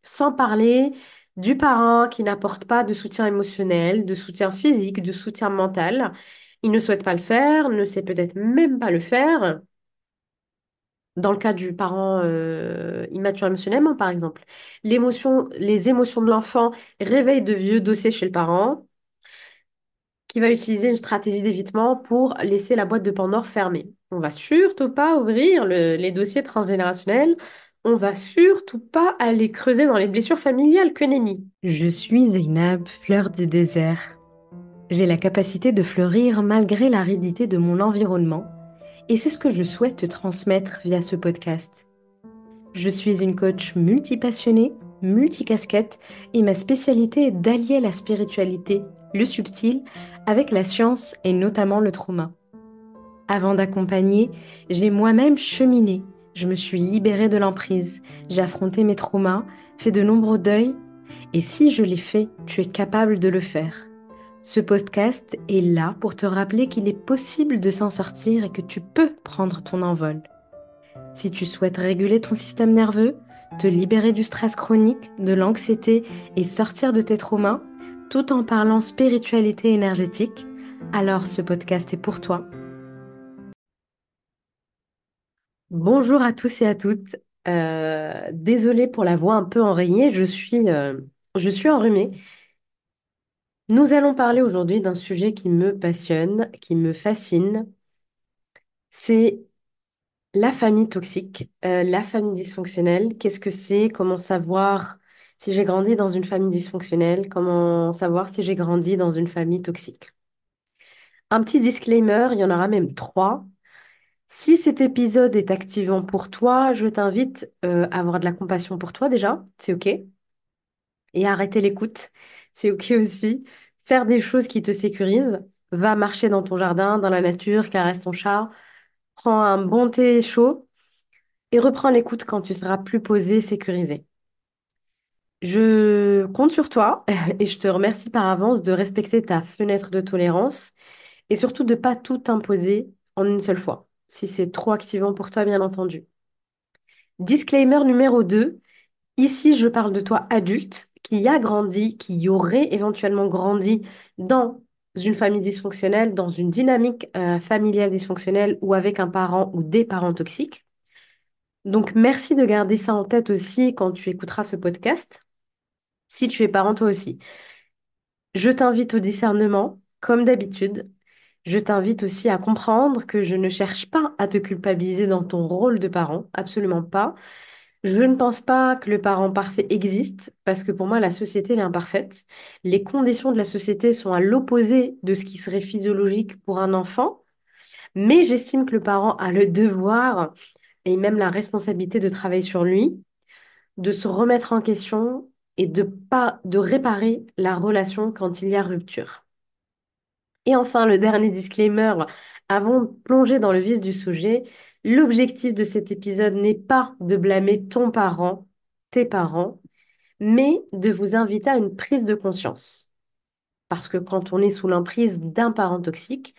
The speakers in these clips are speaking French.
Sans parler du parent qui n'apporte pas de soutien émotionnel, de soutien physique, de soutien mental. Il ne souhaite pas le faire, ne sait peut-être même pas le faire. Dans le cas du parent immature émotionnellement, par exemple. Les émotions de l'enfant réveillent de vieux dossiers chez le parent qui va utiliser une stratégie d'évitement pour laisser la boîte de Pandore fermée. On va surtout pas ouvrir les dossiers transgénérationnels. On va surtout pas aller creuser dans les blessures familiales, que nenni. Je suis Zeynab, fleur du désert. J'ai la capacité de fleurir malgré l'aridité de mon environnement, et c'est ce que je souhaite te transmettre via ce podcast. Je suis une coach multipassionnée, multicasquette, et ma spécialité est d'allier la spiritualité, le subtil, avec la science et notamment le trauma. Avant d'accompagner, j'ai moi-même cheminé. Je me suis libérée de l'emprise, j'ai affronté mes traumas, fait de nombreux deuils, et si je l'ai fait, tu es capable de le faire. Ce podcast est là pour te rappeler qu'il est possible de s'en sortir et que tu peux prendre ton envol. Si tu souhaites réguler ton système nerveux, te libérer du stress chronique, de l'anxiété et sortir de tes traumas, tout en parlant spiritualité énergétique, alors ce podcast est pour toi. Bonjour à tous et à toutes. Désolée pour la voix un peu enrayée, je suis enrhumée. Nous allons parler aujourd'hui d'un sujet qui me passionne, qui me fascine. C'est la famille toxique, la famille dysfonctionnelle. Qu'est-ce que c'est? Comment savoir si j'ai grandi dans une famille dysfonctionnelle? Comment savoir si j'ai grandi dans une famille toxique? Un petit disclaimer, il y en aura même trois. Si cet épisode est activant pour toi, je t'invite à avoir de la compassion pour toi déjà, c'est OK. Et à arrêter l'écoute, c'est OK aussi. Faire des choses qui te sécurisent. Va marcher dans ton jardin, dans la nature, caresse ton chat, prends un bon thé chaud et reprends l'écoute quand tu seras plus posé, sécurisé. Je compte sur toi et je te remercie par avance de respecter ta fenêtre de tolérance et surtout de pas tout imposer en une seule fois, si c'est trop activant pour toi, bien entendu. Disclaimer numéro 2. Ici, je parle de toi adulte qui a grandi, qui aurait éventuellement grandi dans une famille dysfonctionnelle, dans une dynamique familiale dysfonctionnelle ou avec un parent ou des parents toxiques. Donc, merci de garder ça en tête aussi quand tu écouteras ce podcast, si tu es parent toi aussi. Je t'invite au discernement, comme d'habitude. Je t'invite aussi à comprendre que je ne cherche pas à te culpabiliser dans ton rôle de parent, absolument pas. Je ne pense pas que le parent parfait existe, parce que pour moi, la société elle est imparfaite. Les conditions de la société sont à l'opposé de ce qui serait physiologique pour un enfant, mais j'estime que le parent a le devoir et même la responsabilité de travailler sur lui, de se remettre en question et de réparer la relation quand il y a rupture. Et enfin, le dernier disclaimer, avant de plonger dans le vif du sujet, l'objectif de cet épisode n'est pas de blâmer ton parent, tes parents, mais de vous inviter à une prise de conscience. Parce que quand on est sous l'emprise d'un parent toxique,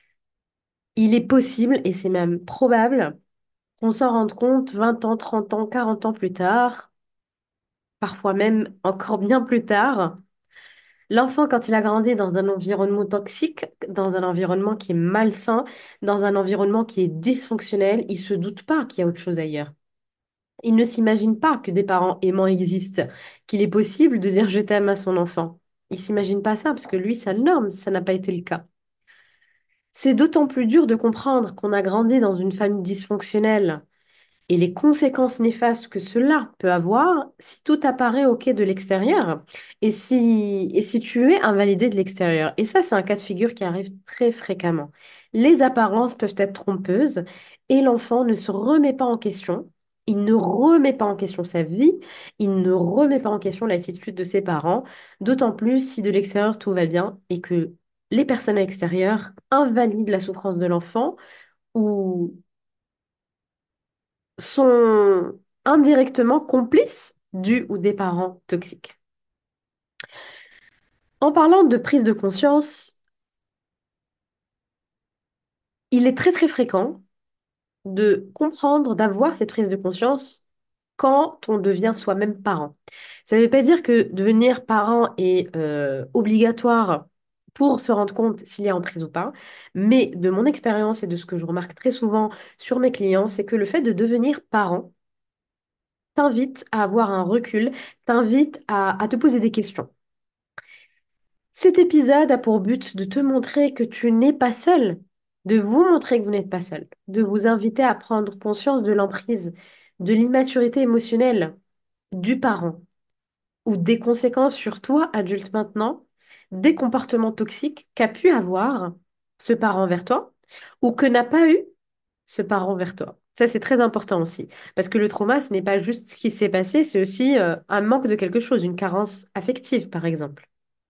il est possible, et c'est même probable, qu'on s'en rende compte 20 ans, 30 ans, 40 ans plus tard, parfois même encore bien plus tard. L'enfant, quand il a grandi dans un environnement toxique, dans un environnement qui est malsain, dans un environnement qui est dysfonctionnel, il se doute pas qu'il y a autre chose ailleurs. Il ne s'imagine pas que des parents aimants existent, qu'il est possible de dire je t'aime à son enfant. Il s'imagine pas ça parce que lui, sa norme, ça n'a pas été le cas. C'est d'autant plus dur de comprendre qu'on a grandi dans une famille dysfonctionnelle et les conséquences néfastes que cela peut avoir si tout apparaît OK de l'extérieur et si tu es invalidé de l'extérieur. Et ça, c'est un cas de figure qui arrive très fréquemment. Les apparences peuvent être trompeuses et l'enfant ne se remet pas en question. Il ne remet pas en question sa vie, il ne remet pas en question l'attitude de ses parents, d'autant plus si de l'extérieur tout va bien et que les personnes à l'extérieur invalident la souffrance de l'enfant ou sont indirectement complices du ou des parents toxiques. En parlant de prise de conscience, il est très très fréquent de comprendre, d'avoir cette prise de conscience quand on devient soi-même parent. Ça ne veut pas dire que devenir parent est obligatoire pour se rendre compte s'il y a emprise ou pas, mais de mon expérience et de ce que je remarque très souvent sur mes clients, c'est que le fait de devenir parent t'invite à avoir un recul, t'invite à te poser des questions. Cet épisode a pour but de te montrer que tu n'es pas seul, de vous montrer que vous n'êtes pas seul, de vous inviter à prendre conscience de l'emprise, de l'immaturité émotionnelle du parent ou des conséquences sur toi, adulte maintenant, des comportements toxiques qu'a pu avoir ce parent vers toi ou que n'a pas eu ce parent vers toi. Ça, c'est très important aussi, parce que le trauma, ce n'est pas juste ce qui s'est passé, c'est aussi un manque de quelque chose, une carence affective, par exemple.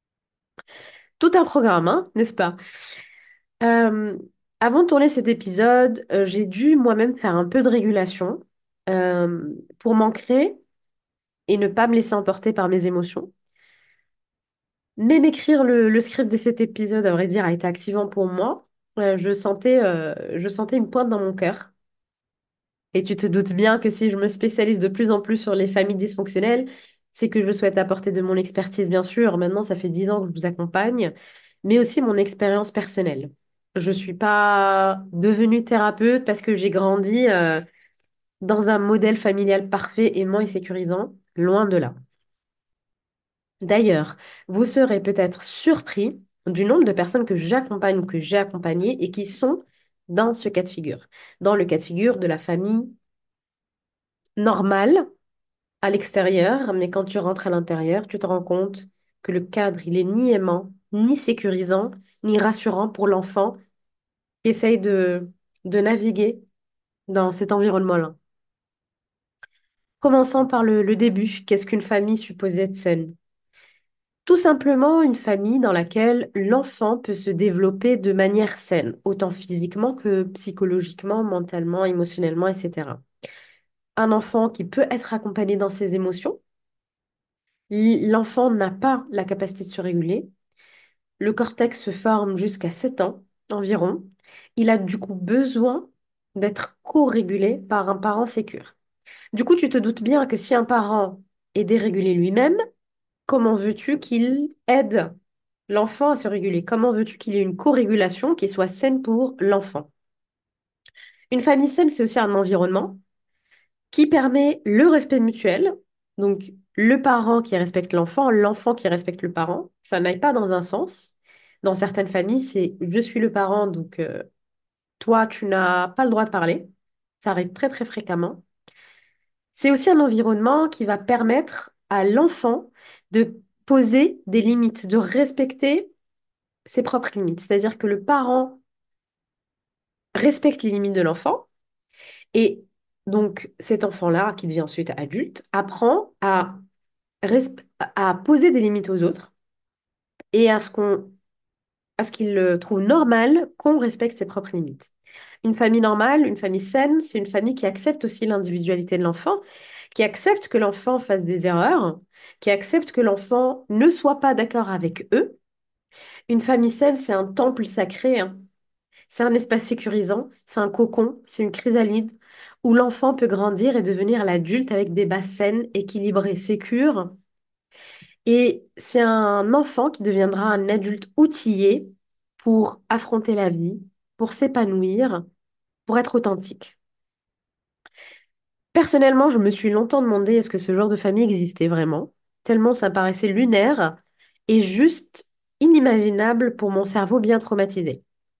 Tout un programme, hein, n'est-ce pas? Euh, Avant de tourner cet épisode, j'ai dû moi-même faire un peu de régulation pour m'ancrer et ne pas me laisser emporter par mes émotions. Même écrire le script de cet épisode, à vrai dire, a été activant pour moi. Je sentais une pointe dans mon cœur. Et tu te doutes bien que si je me spécialise de plus en plus sur les familles dysfonctionnelles, c'est que je souhaite apporter de mon expertise, bien sûr. Maintenant, ça fait 10 ans que je vous accompagne, mais aussi mon expérience personnelle. Je ne suis pas devenue thérapeute parce que j'ai grandi dans un modèle familial parfait, aimant et sécurisant. Loin de là. D'ailleurs, vous serez peut-être surpris du nombre de personnes que j'accompagne ou que j'ai accompagnées et qui sont dans ce cas de figure. Dans le cas de figure de la famille normale à l'extérieur, mais quand tu rentres à l'intérieur, tu te rends compte que le cadre, il est ni aimant, ni sécurisant, ni rassurant pour l'enfant qui essaye de naviguer dans cet environnement-là. Commençons par le début. Qu'est-ce qu'une famille supposée être saine? Tout simplement une famille dans laquelle l'enfant peut se développer de manière saine, autant physiquement que psychologiquement, mentalement, émotionnellement, etc. Un enfant qui peut être accompagné dans ses émotions. L'enfant n'a pas la capacité de se réguler. Le cortex se forme jusqu'à 7 ans environ. Il a du coup besoin d'être co-régulé par un parent sécure. Du coup, tu te doutes bien que si un parent est dérégulé lui-même, comment veux-tu qu'il aide l'enfant à se réguler? Comment veux-tu qu'il y ait une co-régulation qui soit saine pour l'enfant? Une famille saine, c'est aussi un environnement qui permet le respect mutuel. Donc, le parent qui respecte l'enfant, l'enfant qui respecte le parent. Ça n'aille pas dans un sens. Dans certaines familles, c'est je suis le parent, donc toi, tu n'as pas le droit de parler. Ça arrive très, très fréquemment. C'est aussi un environnement qui va permettre à l'enfant de poser des limites, de respecter ses propres limites. C'est-à-dire que le parent respecte les limites de l'enfant et donc cet enfant-là, qui devient ensuite adulte, apprend à poser des limites aux autres et à ce qu'il trouve normal qu'on respecte ses propres limites. Une famille normale, une famille saine, c'est une famille qui accepte aussi l'individualité de l'enfant, qui accepte que l'enfant fasse des erreurs, qui accepte que l'enfant ne soit pas d'accord avec eux. Une famille saine, c'est un temple sacré, hein. C'est un espace sécurisant, c'est un cocon, c'est une chrysalide où l'enfant peut grandir et devenir l'adulte avec des bases saines, équilibrées, sécures. Et c'est un enfant qui deviendra un adulte outillé pour affronter la vie, pour s'épanouir, pour être authentique. Personnellement, je me suis longtemps demandé est-ce que ce genre de famille existait vraiment, tellement ça paraissait lunaire et juste inimaginable pour mon cerveau bien traumatisé.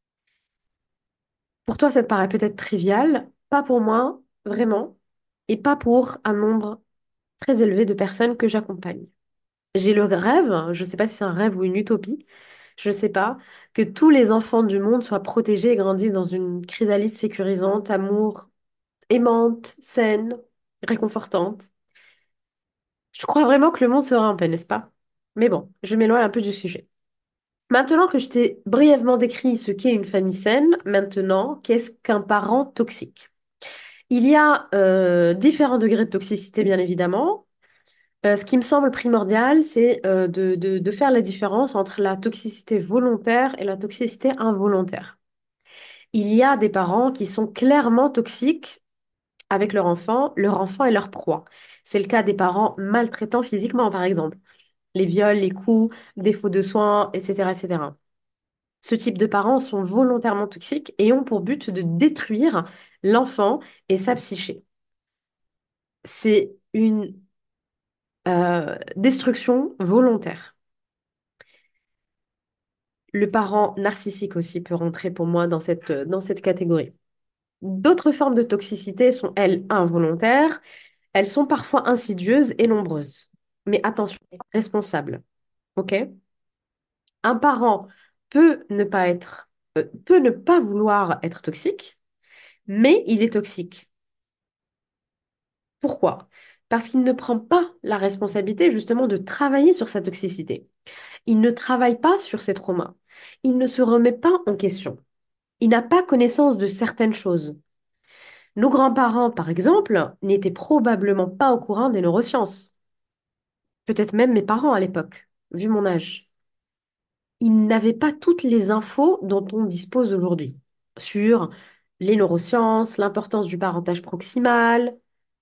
Pour toi, ça te paraît peut-être trivial, pas pour moi, vraiment, et pas pour un nombre très élevé de personnes que j'accompagne. J'ai le rêve, je ne sais pas si c'est un rêve ou une utopie, je ne sais pas, que tous les enfants du monde soient protégés et grandissent dans une chrysalide sécurisante, amour, aimante, saine, réconfortante. Je crois vraiment que le monde sera en paix, n'est-ce pas? Mais bon, je m'éloigne un peu du sujet. Maintenant que je t'ai brièvement décrit ce qu'est une famille saine, maintenant, qu'est-ce qu'un parent toxique? Il y a différents degrés de toxicité, bien évidemment. Ce qui me semble primordial, c'est de faire la différence entre la toxicité volontaire et la toxicité involontaire. Il y a des parents qui sont clairement toxiques avec leur enfant est leur proie. C'est le cas des parents maltraitants physiquement, par exemple. Les viols, les coups, défaut de soins, etc., etc. Ce type de parents sont volontairement toxiques et ont pour but de détruire l'enfant et sa psyché. C'est une destruction volontaire. Le parent narcissique aussi peut rentrer pour moi dans cette catégorie. D'autres formes de toxicité sont, elles, involontaires. Elles sont parfois insidieuses et nombreuses. Mais attention, responsables. OK? Un parent peut ne pas vouloir être toxique, mais il est toxique. Pourquoi? Parce qu'il ne prend pas la responsabilité justement de travailler sur sa toxicité. Il ne travaille pas sur ses traumas. Il ne se remet pas en question. Il n'a pas connaissance de certaines choses. Nos grands-parents, par exemple, n'étaient probablement pas au courant des neurosciences. Peut-être même mes parents à l'époque, vu mon âge. Ils n'avaient pas toutes les infos dont on dispose aujourd'hui sur les neurosciences, l'importance du parentage proximal,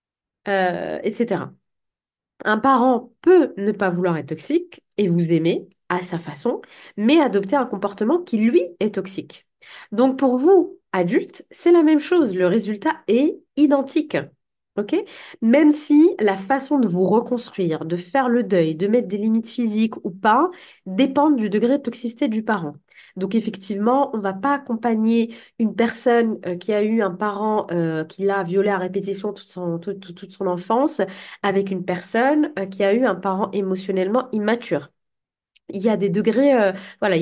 etc. Un parent peut ne pas vouloir être toxique et vous aimer à sa façon, mais adopter un comportement qui, lui, est toxique. Donc pour vous, adultes, c'est la même chose. Le résultat est identique. OK? Même si la façon de vous reconstruire, de faire le deuil, de mettre des limites physiques ou pas, dépend du degré de toxicité du parent. Donc effectivement, on ne va pas accompagner une personne qui a eu un parent qui l'a violé à répétition toute son enfance avec une personne qui a eu un parent émotionnellement immature. Il y a des degrés, voilà,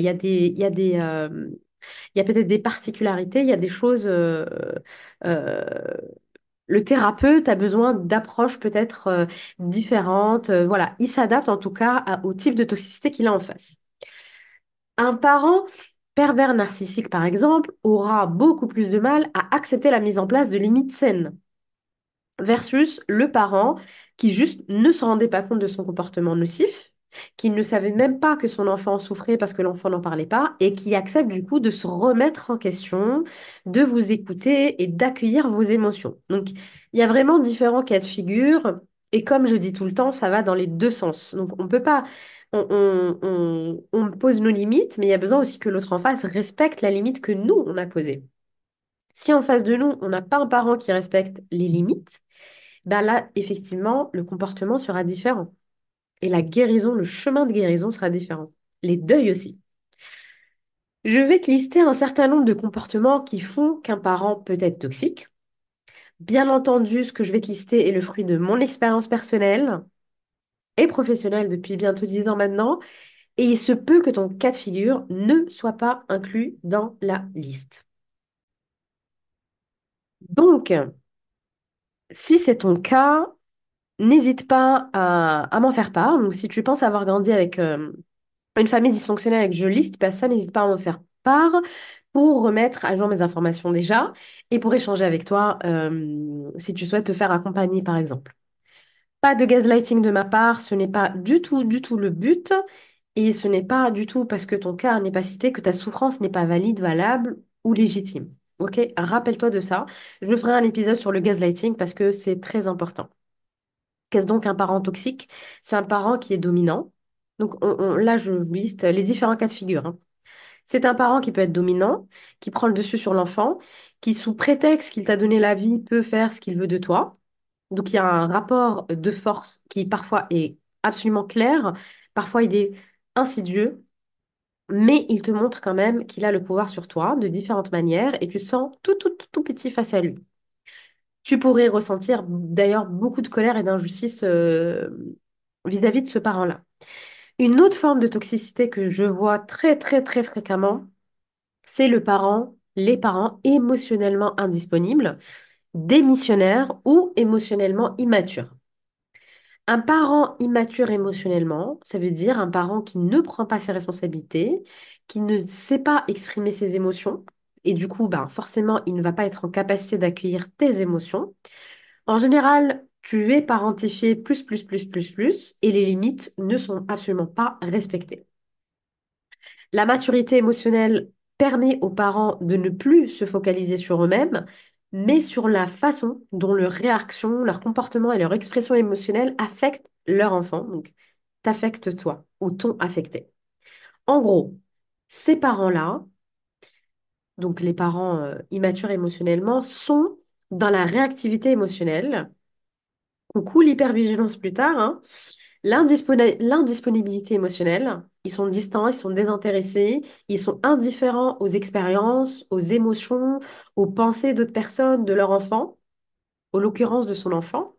il y a peut-être des particularités, il y a des choses. Euh, le thérapeute a besoin d'approches peut-être différentes. Voilà, il s'adapte en tout cas au type de toxicité qu'il a en face. Un parent pervers narcissique, par exemple, aura beaucoup plus de mal à accepter la mise en place de limites saines versus le parent qui juste ne se rendait pas compte de son comportement nocif, qui ne savait même pas que son enfant souffrait parce que l'enfant n'en parlait pas, et qui accepte du coup de se remettre en question, de vous écouter et d'accueillir vos émotions. Donc, il y a vraiment différents cas de figure, et comme je dis tout le temps, ça va dans les deux sens. Donc, on peut pas... on pose nos limites, mais il y a besoin aussi que l'autre en face respecte la limite que nous, on a posée. Si en face de nous, on n'a pas un parent qui respecte les limites, ben là, effectivement, le comportement sera différent. Et la guérison, le chemin de guérison sera différent. Les deuils aussi. Je vais te lister un certain nombre de comportements qui font qu'un parent peut être toxique. Bien entendu, ce que je vais te lister est le fruit de mon expérience personnelle et professionnelle depuis bientôt 10 ans maintenant. Et il se peut que ton cas de figure ne soit pas inclus dans la liste. Donc, si c'est ton cas, n'hésite pas à m'en faire part. Donc, si tu penses avoir grandi avec une famille dysfonctionnelle avec je liste personne, n'hésite pas à m'en faire part pour remettre à jour mes informations déjà et pour échanger avec toi si tu souhaites te faire accompagner, par exemple. Pas de gaslighting de ma part, ce n'est pas du tout le but et ce n'est pas du tout parce que ton cas n'est pas cité que ta souffrance n'est pas valide, valable ou légitime. Ok? Rappelle-toi de ça. Je ferai un épisode sur le gaslighting parce que c'est très important. Qu'est-ce donc un parent toxique? C'est un parent qui est dominant. Donc là, je vous liste les différents cas de figure, hein. C'est un parent qui peut être dominant, qui prend le dessus sur l'enfant, qui, sous prétexte qu'il t'a donné la vie, peut faire ce qu'il veut de toi. Donc il y a un rapport de force qui parfois est absolument clair, parfois il est insidieux, mais il te montre quand même qu'il a le pouvoir sur toi de différentes manières et tu te sens tout petit face à lui. Tu pourrais ressentir d'ailleurs beaucoup de colère et d'injustice vis-à-vis de ce parent-là. Une autre forme de toxicité que je vois très fréquemment, c'est les parents émotionnellement indisponibles, démissionnaires ou émotionnellement immatures. Un parent immature émotionnellement, ça veut dire un parent qui ne prend pas ses responsabilités, qui ne sait pas exprimer ses émotions, et du coup, ben, forcément, il ne va pas être en capacité d'accueillir tes émotions. En général, tu es parentifié plus, et les limites ne sont absolument pas respectées. La maturité émotionnelle permet aux parents de ne plus se focaliser sur eux-mêmes, mais sur la façon dont leur réaction, leur comportement et leur expression émotionnelle affectent leur enfant, donc t'affectent toi ou t'ont affecté. En gros, ces parents-là, donc les parents immatures émotionnellement, sont dans la réactivité émotionnelle. Coucou l'hypervigilance plus tard, hein. L'indisponibilité émotionnelle. Ils sont distants, ils sont désintéressés, ils sont indifférents aux expériences, aux émotions, aux pensées d'autres personnes, de leur enfant, en l'occurrence de son enfant,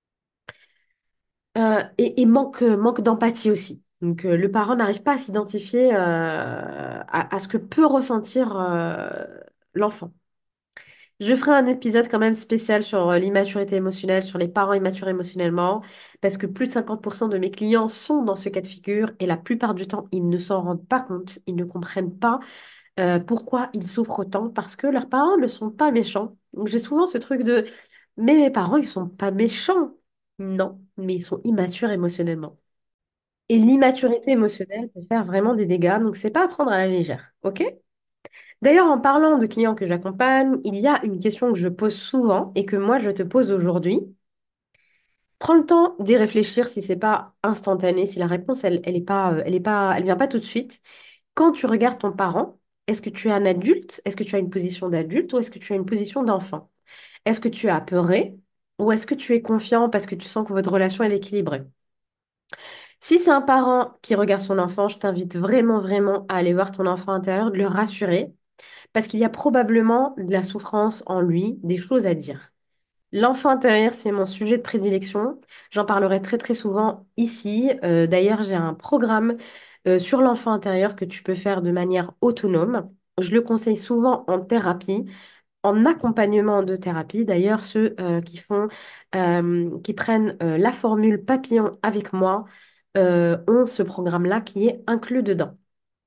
et manque d'empathie aussi. Donc le parent n'arrive pas à s'identifier à ce que peut ressentir l'enfant. Je ferai un épisode quand même spécial sur l'immaturité émotionnelle, sur les parents immatures émotionnellement, parce que plus de 50% de mes clients sont dans ce cas de figure et la plupart du temps, ils ne s'en rendent pas compte, ils ne comprennent pas pourquoi ils souffrent autant, parce que leurs parents ne sont pas méchants. Donc j'ai souvent ce truc de, mais mes parents, ils sont pas méchants. Non, mais ils sont immatures émotionnellement. Et l'immaturité émotionnelle peut faire vraiment des dégâts, donc c'est pas à prendre à la légère, ok? D'ailleurs, en parlant de clients que j'accompagne, il y a une question que je pose souvent et que moi je te pose aujourd'hui. Prends le temps d'y réfléchir si c'est pas instantané, si la réponse elle vient pas tout de suite. Quand tu regardes ton parent, est-ce que tu es un adulte? Est-ce que tu as une position d'adulte ou est-ce que tu as une position d'enfant? Est-ce que tu es apeuré ou est-ce que tu es confiant parce que tu sens que votre relation est équilibrée? Si c'est un parent qui regarde son enfant, je t'invite vraiment, vraiment à aller voir ton enfant intérieur, de le rassurer parce qu'il y a probablement de la souffrance en lui, des choses à dire. L'enfant intérieur, c'est mon sujet de prédilection. J'en parlerai très très souvent ici. D'ailleurs, j'ai un programme sur l'enfant intérieur que tu peux faire de manière autonome. Je le conseille souvent en thérapie, en accompagnement de thérapie. D'ailleurs, ceux qui prennent la formule papillon avec moi ont ce programme-là qui est inclus dedans.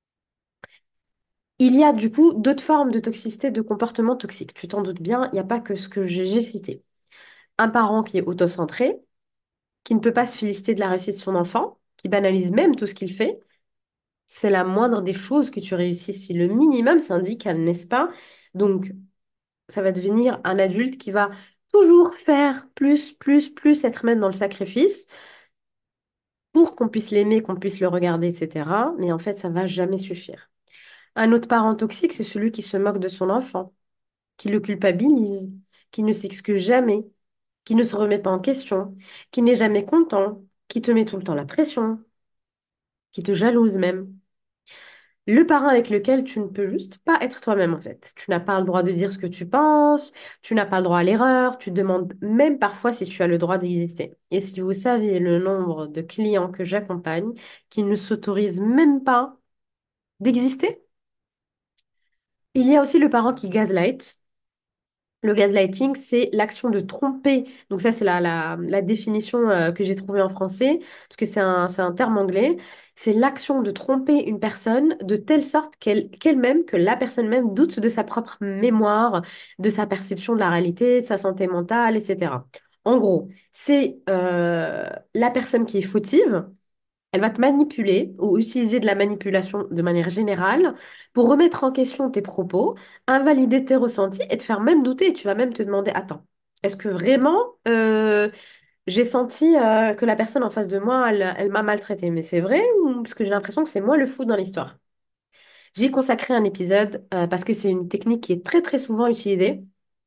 Il y a du coup d'autres formes de toxicité, de comportement toxique. Tu t'en doutes bien, il n'y a pas que ce que j'ai cité. Un parent qui est autocentré, qui ne peut pas se féliciter de la réussite de son enfant, qui banalise même tout ce qu'il fait, c'est la moindre des choses que tu réussisses. Si le minimum syndical, n'est-ce pas? Donc, ça va devenir un adulte qui va toujours faire plus, plus, plus, être même dans le sacrifice pour qu'on puisse l'aimer, qu'on puisse le regarder, etc. Mais en fait, ça va jamais suffire. Un autre parent toxique, c'est celui qui se moque de son enfant, qui le culpabilise, qui ne s'excuse jamais, qui ne se remet pas en question, qui n'est jamais content, qui te met tout le temps la pression, qui te jalouse même. Le parent avec lequel tu ne peux juste pas être toi-même en fait. Tu n'as pas le droit de dire ce que tu penses, tu n'as pas le droit à l'erreur, tu te demandes même parfois si tu as le droit d'exister. Et si vous saviez le nombre de clients que j'accompagne qui ne s'autorisent même pas d'exister. Il y a aussi le parent qui gaslight. Le gaslighting, c'est l'action de tromper. Donc ça, c'est la définition que j'ai trouvée en français, parce que c'est un terme anglais. C'est l'action de tromper une personne de telle sorte qu'elle-même, que la personne même doute de sa propre mémoire, de sa perception de la réalité, de sa santé mentale, etc. En gros, c'est la personne qui est fautive. Elle va te manipuler ou utiliser de la manipulation de manière générale pour remettre en question tes propos, invalider tes ressentis et te faire même douter. Tu vas même te demander, attends, est-ce que vraiment j'ai senti que la personne en face de moi, elle m'a maltraité? Mais c'est vrai ou parce que j'ai l'impression que c'est moi le fou dans l'histoire? J'ai consacré un épisode parce que c'est une technique qui est très très souvent utilisée.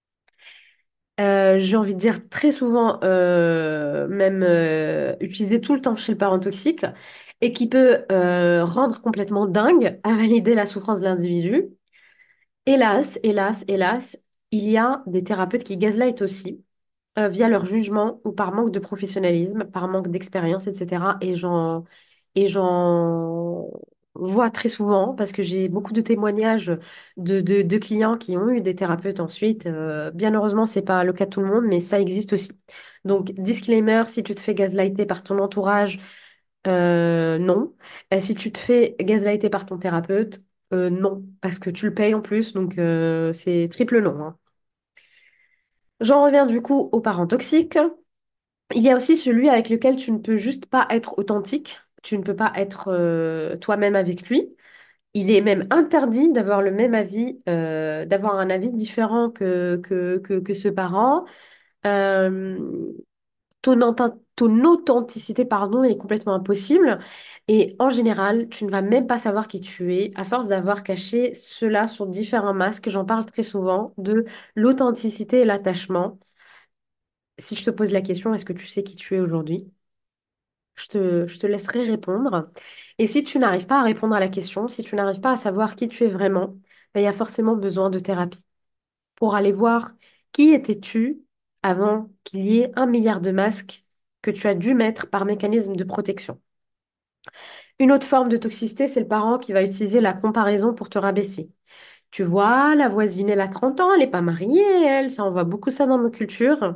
J'ai envie de dire très souvent, même utilisé tout le temps chez le parent toxique, et qui peut rendre complètement dingue à valider la souffrance de l'individu. Hélas, hélas, hélas, il y a des thérapeutes qui gaslightent aussi via leur jugement ou par manque de professionnalisme, par manque d'expérience, etc. Et j'en vois très souvent parce que j'ai beaucoup de témoignages de clients qui ont eu des thérapeutes ensuite. Bien heureusement, c'est pas le cas de tout le monde, mais ça existe aussi. Donc, disclaimer, si tu te fais gaslighter par ton entourage, non. Si tu te fais gaslighter par ton thérapeute, non, parce que tu le payes en plus, donc c'est triple non, hein. J'en reviens du coup aux parents toxiques. Il y a aussi celui avec lequel tu ne peux juste pas être authentique, tu ne peux pas être toi-même avec lui. Il est même interdit d'avoir le même avis, d'avoir un avis différent que ce parent. Euh, ton authenticité, pardon, est complètement impossible. Et en général, tu ne vas même pas savoir qui tu es à force d'avoir caché cela sur différents masques. J'en parle très souvent de l'authenticité et l'attachement. Si je te pose la question, est-ce que tu sais qui tu es aujourd'hui? Je te laisserai répondre. Et si tu n'arrives pas à répondre à la question, si tu n'arrives pas à savoir qui tu es vraiment, ben, il y a forcément besoin de thérapie pour aller voir qui étais-tu avant qu'il y ait 1 milliard de masques que tu as dû mettre par mécanisme de protection. Une autre forme de toxicité, c'est le parent qui va utiliser la comparaison pour te rabaisser. Tu vois, la voisine, elle a 30 ans, elle n'est pas mariée, elle, ça, on voit beaucoup ça dans nos cultures.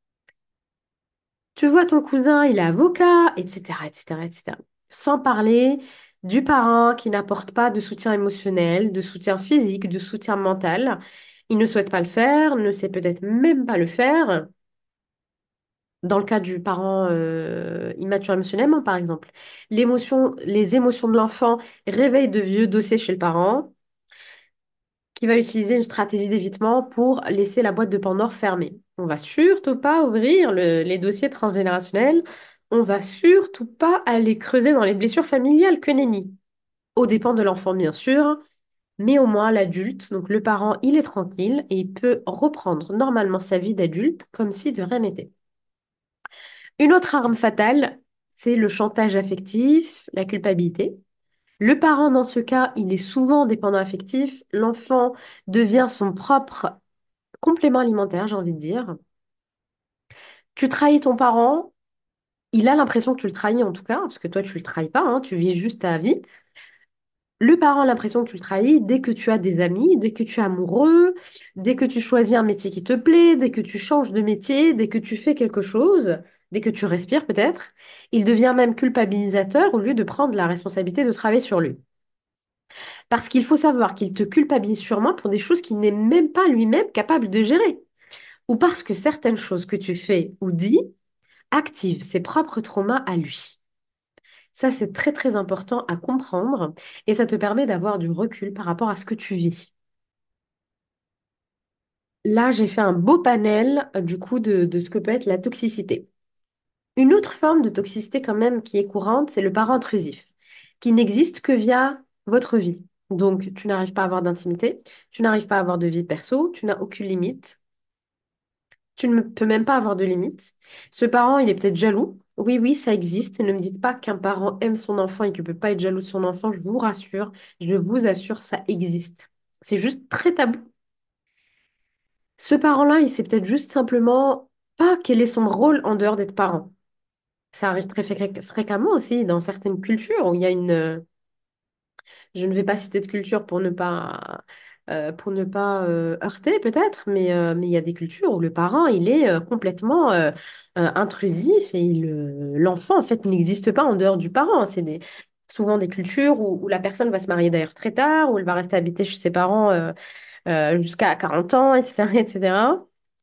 Tu vois ton cousin, il est avocat, etc., etc., etc. Sans parler du parent qui n'apporte pas de soutien émotionnel, de soutien physique, de soutien mental. Il ne souhaite pas le faire, ne sait peut-être même pas le faire. Dans le cas du parent immature émotionnellement, par exemple. Les émotions de l'enfant réveillent de vieux dossiers chez le parent qui va utiliser une stratégie d'évitement pour laisser la boîte de Pandore fermée. On va surtout pas ouvrir les dossiers transgénérationnels. On va surtout pas aller creuser dans les blessures familiales, que nenni. Au dépend de l'enfant, bien sûr, mais au moins l'adulte, donc le parent, il est tranquille et il peut reprendre normalement sa vie d'adulte comme si de rien n'était. Une autre arme fatale, c'est le chantage affectif, la culpabilité. Le parent, dans ce cas, il est souvent dépendant affectif. L'enfant devient son propre complément alimentaire, j'ai envie de dire. Tu trahis ton parent, il a l'impression que tu le trahis en tout cas, parce que toi, tu le trahis pas, hein, tu vis juste ta vie. Le parent a l'impression que tu le trahis dès que tu as des amis, dès que tu es amoureux, dès que tu choisis un métier qui te plaît, dès que tu changes de métier, dès que tu fais quelque chose, dès que tu respires peut-être. Il devient même culpabilisateur au lieu de prendre la responsabilité de travailler sur lui. Parce qu'il faut savoir qu'il te culpabilise sûrement pour des choses qu'il n'est même pas lui-même capable de gérer. Ou parce que certaines choses que tu fais ou dis activent ses propres traumas à lui. Ça, c'est très très important à comprendre et ça te permet d'avoir du recul par rapport à ce que tu vis. Là, j'ai fait un beau panel du coup de ce que peut être la toxicité. Une autre forme de toxicité quand même qui est courante, c'est le parent intrusif, qui n'existe que via votre vie. Donc, tu n'arrives pas à avoir d'intimité, tu n'arrives pas à avoir de vie perso, tu n'as aucune limite, tu ne peux même pas avoir de limite. Ce parent, il est peut-être jaloux. Oui, oui, ça existe. Et ne me dites pas qu'un parent aime son enfant et qu'il ne peut pas être jaloux de son enfant. Je vous assure, ça existe. C'est juste très tabou. Ce parent-là, il sait peut-être juste simplement pas quel est son rôle en dehors d'être parent. Ça arrive très fréquemment aussi dans certaines cultures où il y a je ne vais pas citer de culture pour ne pas heurter peut-être, mais il y a des cultures où le parent, il est complètement intrusif et l'enfant, en fait, n'existe pas en dehors du parent. Souvent des cultures où la personne va se marier d'ailleurs très tard, où elle va rester habiter chez ses parents jusqu'à 40 ans, etc., etc.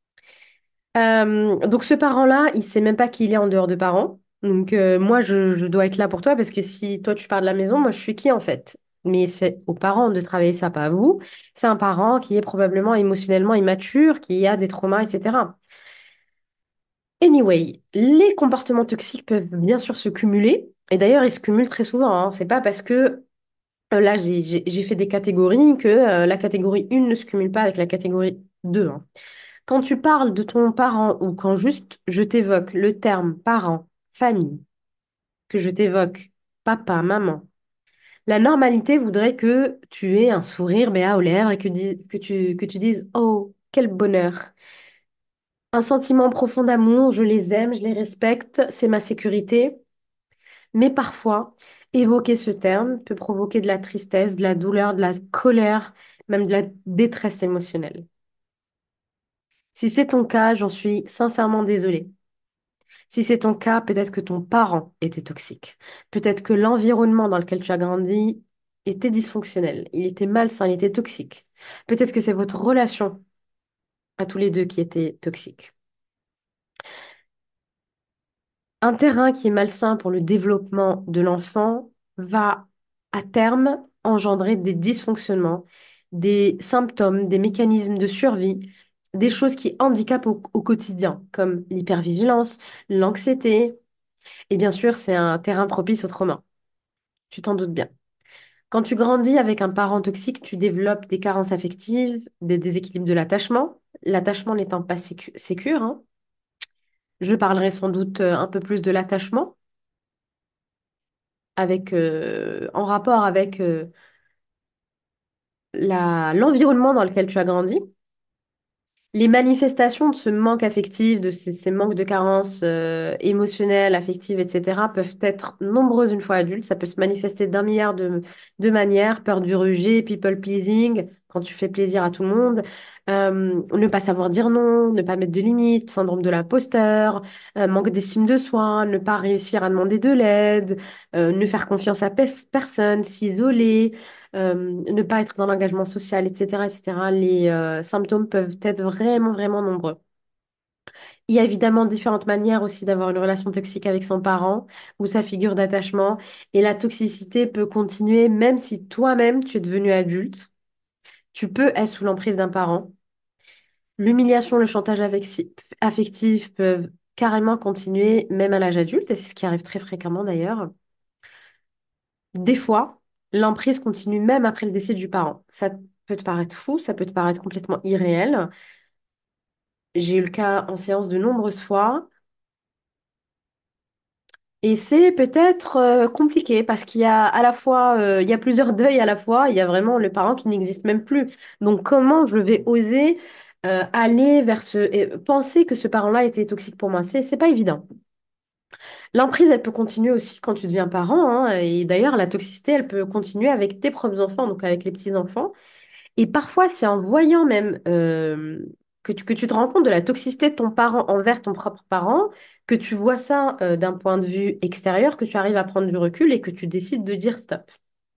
Donc ce parent-là, il sait même pas qu'il est en dehors de parents. Donc moi, je dois être là pour toi parce que si toi tu pars de la maison, moi je suis qui en fait? Mais c'est aux parents de travailler ça, pas à vous. C'est un parent qui est probablement émotionnellement immature, qui a des traumas, etc. Anyway, les comportements toxiques peuvent bien sûr se cumuler. Et d'ailleurs, ils se cumulent très souvent, hein. C'est pas parce que là, j'ai fait des catégories que la catégorie 1 ne se cumule pas avec la catégorie 2, hein. Quand tu parles de ton parent ou quand juste je t'évoque le terme parent, famille, que je t'évoque papa, maman, la normalité voudrait que tu aies un sourire béat aux lèvres et que tu dises oh, quel bonheur. Un sentiment profond d'amour, je les aime, je les respecte, c'est ma sécurité. Mais parfois, évoquer ce terme peut provoquer de la tristesse, de la douleur, de la colère, même de la détresse émotionnelle. Si c'est ton cas, j'en suis sincèrement désolée. Si c'est ton cas, peut-être que ton parent était toxique. Peut-être que l'environnement dans lequel tu as grandi était dysfonctionnel. Il était malsain, il était toxique. Peut-être que c'est votre relation à tous les deux qui était toxique. Un terrain qui est malsain pour le développement de l'enfant va à terme engendrer des dysfonctionnements, des symptômes, des mécanismes de survie, des choses qui handicapent au quotidien, comme l'hypervigilance, l'anxiété. Et bien sûr, c'est un terrain propice au trauma. Tu t'en doutes bien. Quand tu grandis avec un parent toxique, tu développes des carences affectives, des déséquilibres de l'attachement. L'attachement n'étant pas sécure, hein. Je parlerai sans doute un peu plus de l'attachement en rapport avec l'environnement dans lequel tu as grandi. Les manifestations de ce manque affectif, de ces manques de carences émotionnelles, affectives, etc., peuvent être nombreuses une fois adulte. Ça peut se manifester d'un milliard de manières. Peur du rejet, people pleasing, quand tu fais plaisir à tout le monde. Ne pas savoir dire non, ne pas mettre de limites, syndrome de l'imposteur, manque d'estime de soi, ne pas réussir à demander de l'aide, ne faire confiance à personne, s'isoler, ne pas être dans l'engagement social, etc., etc. Les symptômes peuvent être vraiment, vraiment nombreux. Il y a évidemment différentes manières aussi d'avoir une relation toxique avec son parent ou sa figure d'attachement. Et la toxicité peut continuer même si toi-même, tu es devenu adulte. Tu peux être sous l'emprise d'un parent. L'humiliation, le chantage affectif peuvent carrément continuer même à l'âge adulte, et c'est ce qui arrive très fréquemment d'ailleurs. Des fois, l'emprise continue même après le décès du parent. Ça peut te paraître fou, ça peut te paraître complètement irréel. J'ai eu le cas en séance de nombreuses fois. Et c'est peut-être compliqué parce qu'il y a à la fois, il y a plusieurs deuils à la fois, il y a vraiment le parent qui n'existe même plus. Donc comment je vais oser aller vers et penser que ce parent-là était toxique pour moi? C'est pas évident. L'emprise, elle peut continuer aussi quand tu deviens parent, hein, et d'ailleurs, la toxicité, elle peut continuer avec tes propres enfants, donc avec les petits-enfants. Et parfois, c'est en voyant même que tu te rends compte de la toxicité de ton parent envers ton propre parent, que tu vois ça d'un point de vue extérieur, que tu arrives à prendre du recul et que tu décides de dire stop.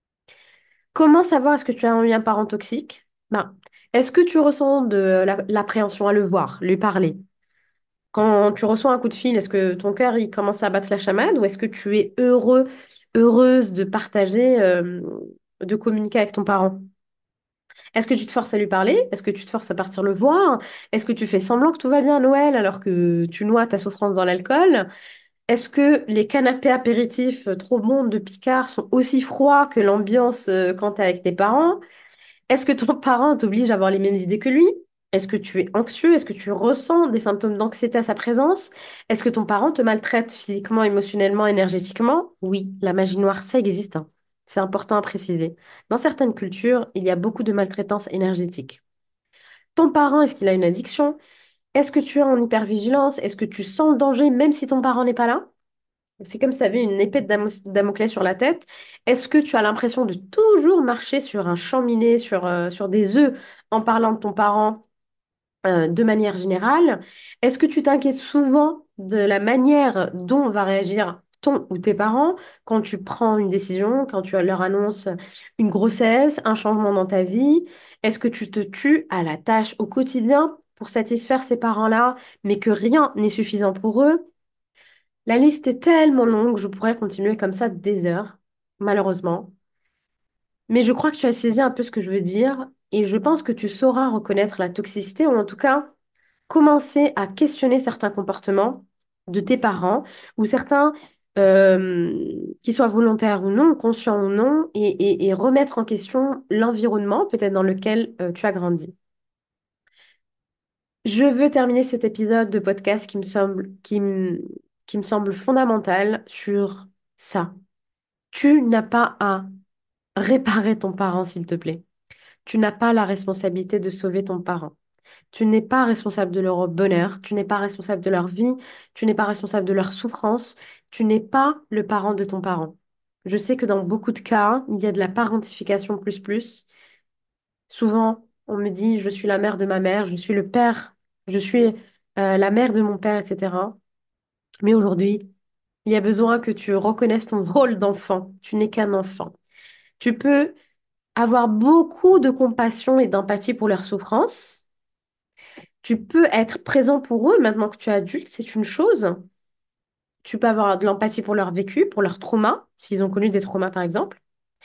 Comment savoir est-ce que tu as eu un parent toxique? Ben, est-ce que tu ressens de l'appréhension à le voir, lui parler? Quand tu reçois un coup de fil, est-ce que ton cœur il commence à battre la chamade ou est-ce que tu es heureuse de partager, de communiquer avec ton parent? Est-ce que tu te forces à lui parler? Est-ce que tu te forces à partir le voir? Est-ce que tu fais semblant que tout va bien à Noël alors que tu noies ta souffrance dans l'alcool? Est-ce que les canapés apéritifs trop bons de Picard sont aussi froids que l'ambiance quand tu es avec tes parents? Est-ce que ton parent t'oblige à avoir les mêmes idées que lui? Est-ce que tu es anxieux? Est-ce que tu ressens des symptômes d'anxiété à sa présence? Est-ce que ton parent te maltraite physiquement, émotionnellement, énergétiquement? Oui, la magie noire, ça existe, hein. C'est important à préciser. Dans certaines cultures, il y a beaucoup de maltraitance énergétique. Ton parent, est-ce qu'il a une addiction? Est-ce que tu es en hypervigilance? Est-ce que tu sens le danger même si ton parent n'est pas là? C'est comme si tu avais une épée de Damoclès sur la tête. Est-ce que tu as l'impression de toujours marcher sur un champ miné, sur des œufs en parlant de ton parent de manière générale? Est-ce que tu t'inquiètes souvent de la manière dont va réagir ton ou tes parents quand tu prends une décision, quand tu leur annonces une grossesse, un changement dans ta vie? Est-ce que tu te tues à la tâche au quotidien pour satisfaire ces parents-là, mais que rien n'est suffisant pour eux? La liste est tellement longue, je pourrais continuer comme ça des heures, malheureusement. Mais je crois que tu as saisi un peu ce que je veux dire et je pense que tu sauras reconnaître la toxicité ou en tout cas commencer à questionner certains comportements de tes parents ou certains qui soient volontaires ou non, conscients ou non, et remettre en question l'environnement peut-être dans lequel tu as grandi. Je veux terminer cet épisode de podcast qui me semble fondamental sur ça. Tu n'as pas à réparer ton parent, s'il te plaît. Tu n'as pas la responsabilité de sauver ton parent. Tu n'es pas responsable de leur bonheur, tu n'es pas responsable de leur vie, tu n'es pas responsable de leur souffrance, tu n'es pas le parent de ton parent. Je sais que dans beaucoup de cas, il y a de la parentification plus plus. Souvent, on me dit, je suis la mère de ma mère, je suis le père, je suis la mère de mon père, etc. Mais aujourd'hui, il y a besoin que tu reconnaisses ton rôle d'enfant. Tu n'es qu'un enfant. Tu peux avoir beaucoup de compassion et d'empathie pour leurs souffrances. Tu peux être présent pour eux maintenant que tu es adulte, c'est une chose. Tu peux avoir de l'empathie pour leur vécu, pour leurs traumas, s'ils ont connu des traumas par exemple.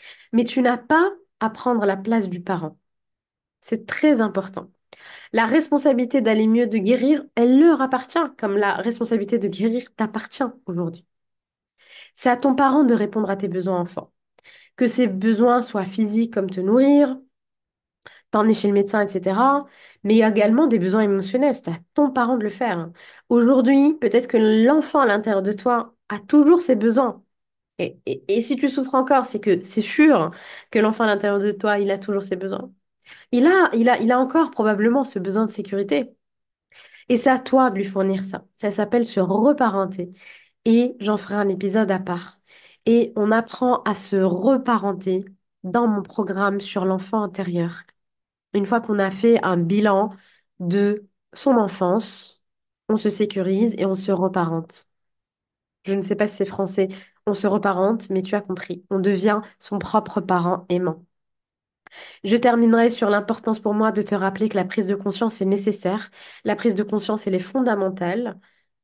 Mais tu n'as pas à prendre la place du parent. C'est très important. La responsabilité d'aller mieux, de guérir, elle leur appartient, comme la responsabilité de guérir t'appartient aujourd'hui. C'est à ton parent de répondre à tes besoins enfants. Que ces besoins soient physiques comme te nourrir, t'emmener chez le médecin, etc. Mais il y a également des besoins émotionnels. C'est à ton parent de le faire. Aujourd'hui, peut-être que l'enfant à l'intérieur de toi a toujours ses besoins. Et si tu souffres encore, c'est que c'est sûr que l'enfant à l'intérieur de toi, il a toujours ses besoins. Il a encore probablement ce besoin de sécurité. Et c'est à toi de lui fournir ça. Ça s'appelle se reparenter. Et j'en ferai un épisode à part. Et on apprend à se reparenter dans mon programme sur l'enfant intérieur. Une fois qu'on a fait un bilan de son enfance, on se sécurise et on se reparente. Je ne sais pas si c'est français, on se reparente, mais tu as compris. On devient son propre parent aimant. Je terminerai sur l'importance pour moi de te rappeler que la prise de conscience est nécessaire. La prise de conscience, elle est fondamentale.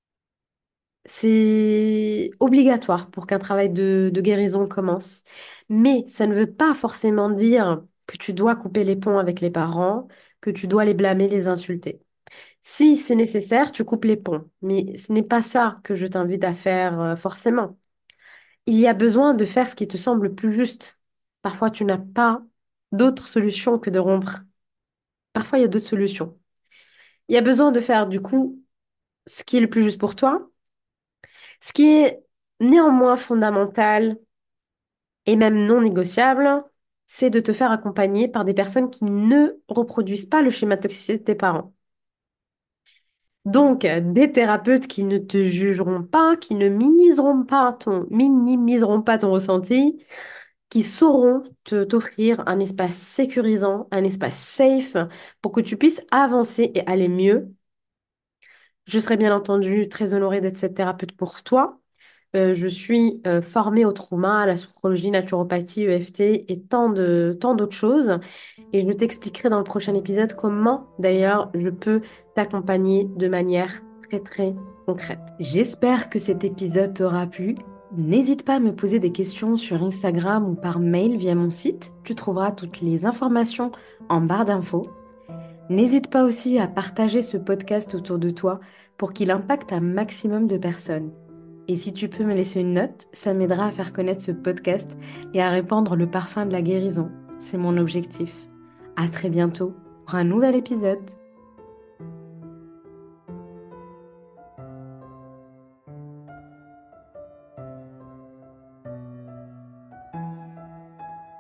C'est obligatoire pour qu'un travail de guérison commence. Mais ça ne veut pas forcément dire que tu dois couper les ponts avec les parents, que tu dois les blâmer, les insulter. Si c'est nécessaire, tu coupes les ponts. Mais ce n'est pas ça que je t'invite à faire forcément. Il y a besoin de faire ce qui te semble le plus juste. Parfois, tu n'as pas d'autre solution que de rompre. Parfois, il y a d'autres solutions. Il y a besoin de faire du coup ce qui est le plus juste pour toi, ce qui est néanmoins fondamental et même non négociable, c'est de te faire accompagner par des personnes qui ne reproduisent pas le schéma toxique de tes parents. Donc, des thérapeutes qui ne te jugeront pas, qui ne minimiseront pas ton ressenti, qui sauront t'offrir un espace sécurisant, un espace safe pour que tu puisses avancer et aller mieux. Je serais bien entendu très honorée d'être cette thérapeute pour toi. Je suis formée au trauma, à la sophrologie, naturopathie, EFT et tant d'autres choses. Et je t'expliquerai dans le prochain épisode comment, d'ailleurs, je peux t'accompagner de manière très, très concrète. J'espère que cet épisode t'aura plu. N'hésite pas à me poser des questions sur Instagram ou par mail via mon site. Tu trouveras toutes les informations en barre d'infos. N'hésite pas aussi à partager ce podcast autour de toi pour qu'il impacte un maximum de personnes. Et si tu peux me laisser une note, ça m'aidera à faire connaître ce podcast et à répandre le parfum de la guérison. C'est mon objectif. À très bientôt pour un nouvel épisode.